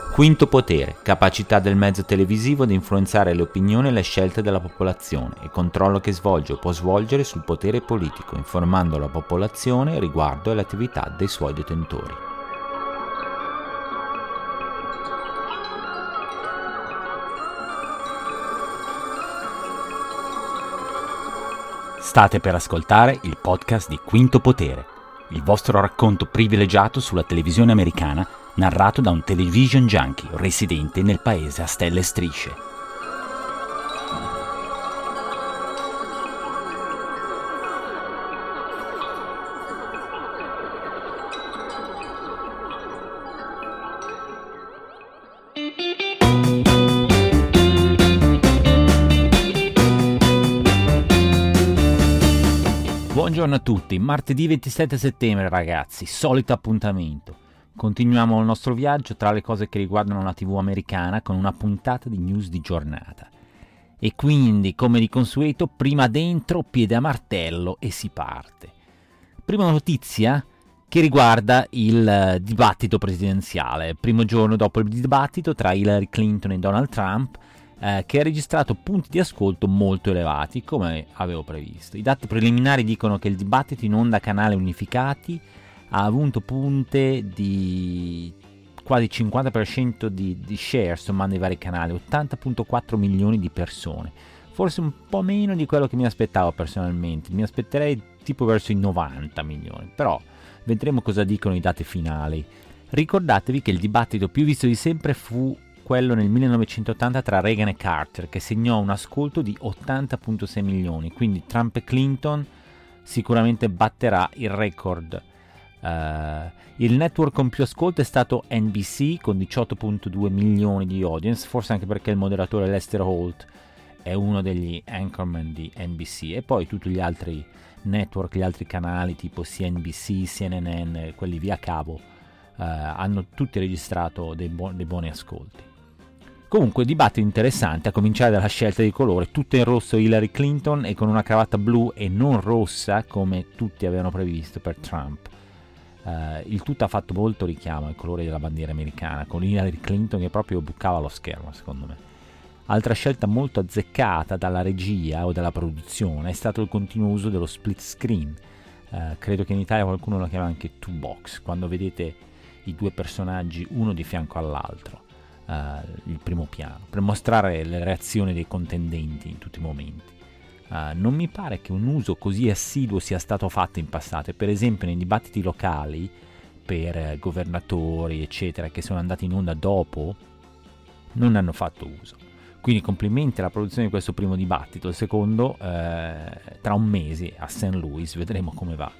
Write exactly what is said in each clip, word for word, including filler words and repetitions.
Quinto potere, capacità del mezzo televisivo di influenzare le opinioni e le scelte della popolazione e controllo che svolge o può svolgere sul potere politico, informando la popolazione riguardo alle attività dei suoi detentori. State per ascoltare il podcast di Quinto Potere, il vostro racconto privilegiato sulla televisione americana narrato da un television junkie residente nel paese a stelle e strisce. Buongiorno a tutti, martedì ventisette settembre ragazzi, solito appuntamento. Continuiamo il nostro viaggio tra le cose che riguardano la tivù americana con una puntata di news di giornata. E quindi, come di consueto, prima dentro, piede a martello e si parte. Prima notizia che riguarda il dibattito presidenziale. Primo giorno dopo il dibattito tra Hillary Clinton e Donald Trump, eh, che ha registrato punti di ascolto molto elevati, come avevo previsto. I dati preliminari dicono che il dibattito in onda a canali unificati ha avuto punte di quasi cinquanta per cento di, di share sommando i vari canali, ottanta virgola quattro milioni di persone, forse un po' meno di quello che mi aspettavo personalmente, mi aspetterei tipo verso i novanta milioni, però vedremo cosa dicono i dati finali. Ricordatevi che il dibattito più visto di sempre fu quello nel millenovecentottanta tra Reagan e Carter, che segnò un ascolto di ottanta virgola sei milioni, quindi Trump e Clinton sicuramente batterà il record. Uh, il network con più ascolto è stato N B C con diciotto virgola due milioni di audience, forse anche perché il moderatore Lester Holt è uno degli anchorman di N B C, e poi tutti gli altri network, gli altri canali tipo C N B C, C N N, quelli via cavo, uh, hanno tutti registrato dei, bu- dei buoni ascolti. Comunque dibattito interessante, a cominciare dalla scelta di colore, tutto in rosso Hillary Clinton e con una cravatta blu e non rossa come tutti avevano previsto per Trump. Uh, il tutto ha fatto molto richiamo ai colori della bandiera americana, con Hillary Clinton che proprio bucava lo schermo, secondo me. Altra scelta molto azzeccata dalla regia o dalla produzione è stato il continuo uso dello split screen. Uh, credo che in Italia qualcuno lo chiama anche two box, quando vedete i due personaggi uno di fianco all'altro, uh, il primo piano, per mostrare le reazioni dei contendenti in tutti i momenti. Uh, non mi pare che un uso così assiduo sia stato fatto in passato, e per esempio nei dibattiti locali per eh, governatori eccetera che sono andati in onda dopo non hanno fatto uso, quindi complimenti alla produzione di questo primo dibattito. Il secondo eh, tra un mese a Saint Louis, vedremo come va.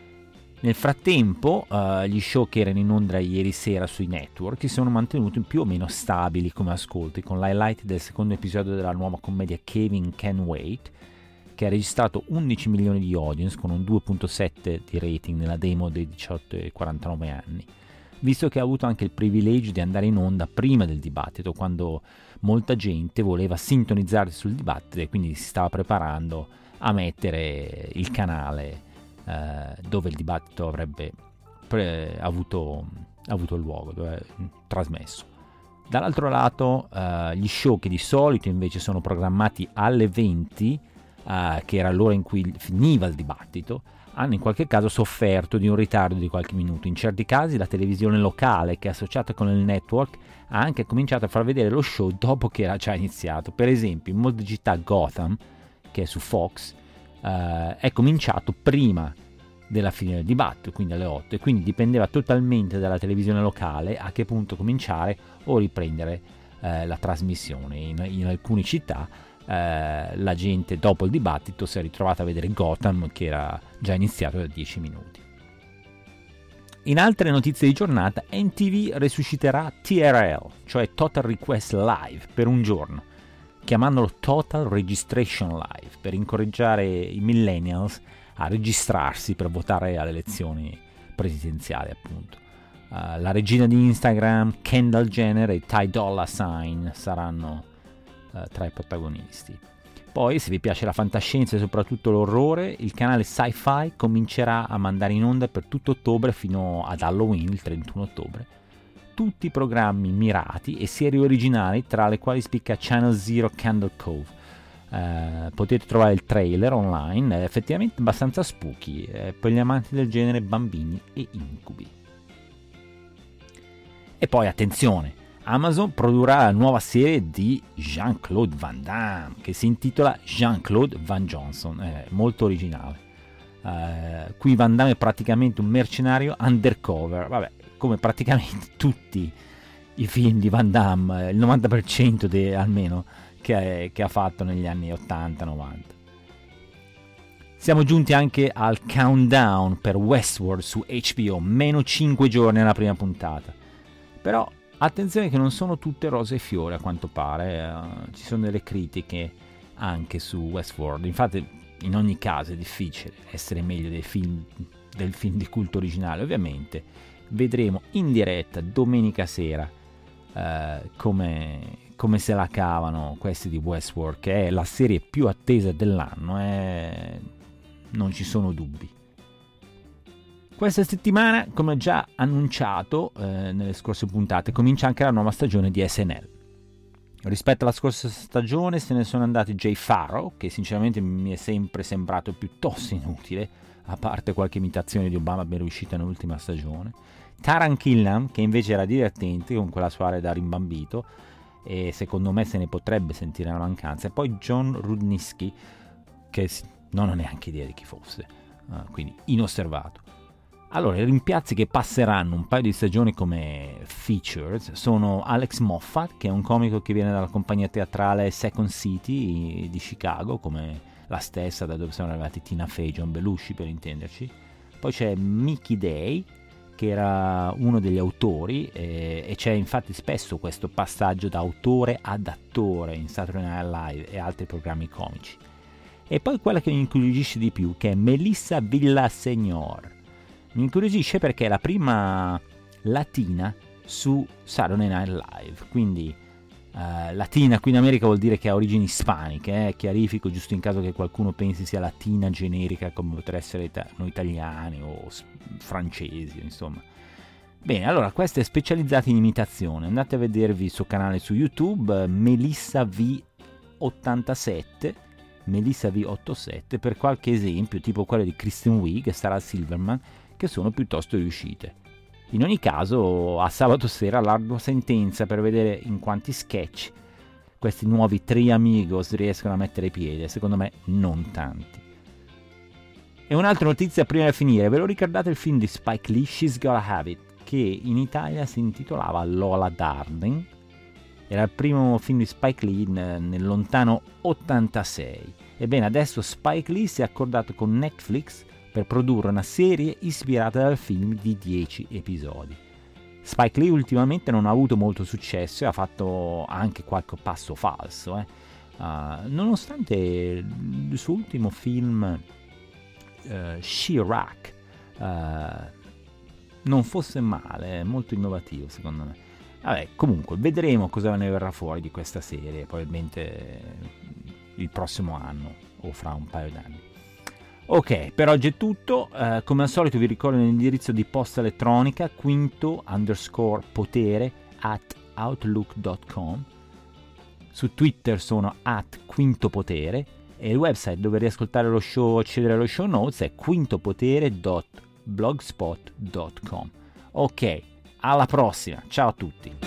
Nel frattempo uh, gli show che erano in onda ieri sera sui network si sono mantenuti più o meno stabili come ascolti, con l'highlight del secondo episodio della nuova commedia Kevin Can Wait, che ha registrato undici milioni di audience con un due virgola sette di rating nella demo dei diciotto e quarantanove anni, visto che ha avuto anche il privilegio di andare in onda prima del dibattito, quando molta gente voleva sintonizzarsi sul dibattito e quindi si stava preparando a mettere il canale eh, dove il dibattito avrebbe pre- avuto, avuto luogo, dove trasmesso. Dall'altro lato eh, gli show che di solito invece sono programmati alle venti, Uh, che era l'ora in cui finiva il dibattito, hanno in qualche caso sofferto di un ritardo di qualche minuto. In certi casi la televisione locale, che è associata con il network, ha anche cominciato a far vedere lo show dopo che era già iniziato. Per esempio in molte città Gotham, che è su Fox, uh, è cominciato prima della fine del dibattito, quindi alle otto, e quindi dipendeva totalmente dalla televisione locale a che punto cominciare o riprendere uh, la trasmissione. In, in alcune città Uh, la gente dopo il dibattito si è ritrovata a vedere Gotham, che era già iniziato da dieci minuti. In altre notizie di giornata, N T V resusciterà T R L, cioè Total Request Live, per un giorno, chiamandolo Total Registration Live, per incoraggiare i millennials a registrarsi per votare alle elezioni presidenziali, appunto. Uh, la regina di Instagram, Kendall Jenner, e Ty Dolla Sign saranno tra i protagonisti. Poi, se vi piace la fantascienza e soprattutto l'orrore, il canale Sci-Fi comincerà a mandare in onda per tutto ottobre fino ad Halloween, il trentuno ottobre, tutti programmi mirati e serie originali, tra le quali spicca Channel Zero Candle Cove. Uh, potete trovare il trailer online, è effettivamente abbastanza spooky, eh, per gli amanti del genere bambini e incubi. E poi attenzione, Amazon produrrà la nuova serie di Jean-Claude Van Damme che si intitola Jean-Claude Van Johnson, è molto originale. Uh, qui Van Damme è praticamente un mercenario undercover, vabbè, come praticamente tutti i film di Van Damme, il novanta per cento de, almeno che, è, che ha fatto negli anni ottanta novanta. Siamo giunti anche al countdown per Westworld su H B O, meno cinque giorni alla prima puntata. Però attenzione che non sono tutte rose e fiori a quanto pare, uh, ci sono delle critiche anche su Westworld. Infatti in ogni caso è difficile essere meglio dei film, del film di culto originale. Ovviamente vedremo in diretta domenica sera uh, come... come se la cavano questi di Westworld, che è la serie più attesa dell'anno, eh? Non ci sono dubbi. Questa settimana, come già annunciato eh, nelle scorse puntate, comincia anche la nuova stagione di S N L. Rispetto alla scorsa stagione se ne sono andati Jay Farrow, che sinceramente mi è sempre sembrato piuttosto inutile, a parte qualche imitazione di Obama ben riuscita nell'ultima stagione, Taran Killam, che invece era divertente con quella sua aria da rimbambito, e secondo me se ne potrebbe sentire la mancanza, e poi John Rudnisky, che non ho neanche idea di chi fosse, uh, quindi inosservato. Allora, i rimpiazzi che passeranno un paio di stagioni come features sono Alex Moffat, che è un comico che viene dalla compagnia teatrale Second City di Chicago, come la stessa da dove sono arrivati Tina Fey e John Belushi, per intenderci. Poi c'è Mickey Day, che era uno degli autori, eh, e c'è infatti spesso questo passaggio da autore ad attore in Saturday Night Live e altri programmi comici. E poi quella che mi incuriosisce di più, che è Melissa Villaseñor. Mi incuriosisce perché è la prima latina su Saturday Night Live, quindi uh, latina qui in America vuol dire che ha origini ispaniche, eh? Chiarifico giusto in caso che qualcuno pensi sia latina generica come potrebbe essere ita- noi italiani o s- francesi, insomma. Bene, allora questa è specializzata in imitazione, andate a vedervi il suo canale su YouTube, Melissa V ottantasette, Melissa V ottantasette, per qualche esempio tipo quello di Kristen Wiig e Sarah Silverman, che sono piuttosto riuscite. In ogni caso, a sabato sera l'ardua sentenza per vedere in quanti sketch questi nuovi Three Amigos riescono a mettere piede, secondo me non tanti. E un'altra notizia prima di finire, ve lo ricordate il film di Spike Lee, She's Gotta Have It, che in Italia si intitolava Lola Darling? Era il primo film di Spike Lee nel lontano ottantasei. Ebbene, adesso Spike Lee si è accordato con Netflix per produrre una serie ispirata dal film di dieci episodi. Spike Lee ultimamente non ha avuto molto successo e ha fatto anche qualche passo falso, eh. uh, nonostante il suo ultimo film uh, She-Ra uh, non fosse male, molto innovativo secondo me. Vabbè, comunque vedremo cosa ne verrà fuori di questa serie, probabilmente il prossimo anno o fra un paio d'anni. Ok, per oggi è tutto, uh, come al solito vi ricordo l'indirizzo di posta elettronica quinto underscore potere at outlook dot com, su Twitter sono at quintopotere e il website dove riascoltare lo show o accedere allo show notes è quintopotere dot blogspot dot com. Ok, alla prossima, ciao a tutti!